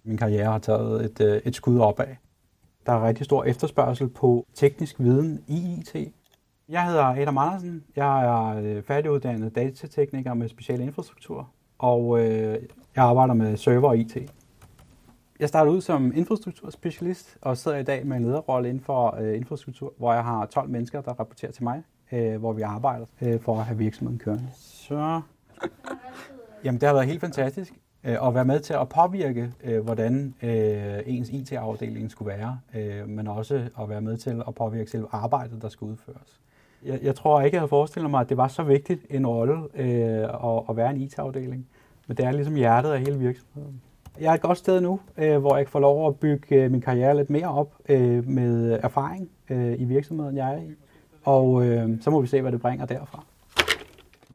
Min karriere har taget et skud opad. Der er rigtig stor efterspørgsel på teknisk viden i IT. Jeg hedder Adam Andersen. Jeg er færdiguddannet datatekniker med special infrastruktur, og jeg arbejder med server og IT. Jeg startede ud som infrastrukturspecialist og sidder i dag med en lederrolle inden for infrastruktur, hvor jeg har 12 mennesker, der rapporterer til mig, hvor vi arbejder for at have virksomheden kørende. Så jamen, det har været helt fantastisk at være med til at påvirke, hvordan ens IT-afdeling skulle være, men også at være med til at påvirke selve arbejdet, der skal udføres. Jeg tror ikke, jeg havde forestillet mig, at det var så vigtigt en rolle at være en IT-afdeling, men det er ligesom hjertet af hele virksomheden. Jeg er et godt sted nu, hvor jeg kan få lov at bygge min karriere lidt mere op med erfaring i virksomheden, jeg er i, og så må vi se, hvad det bringer derfra.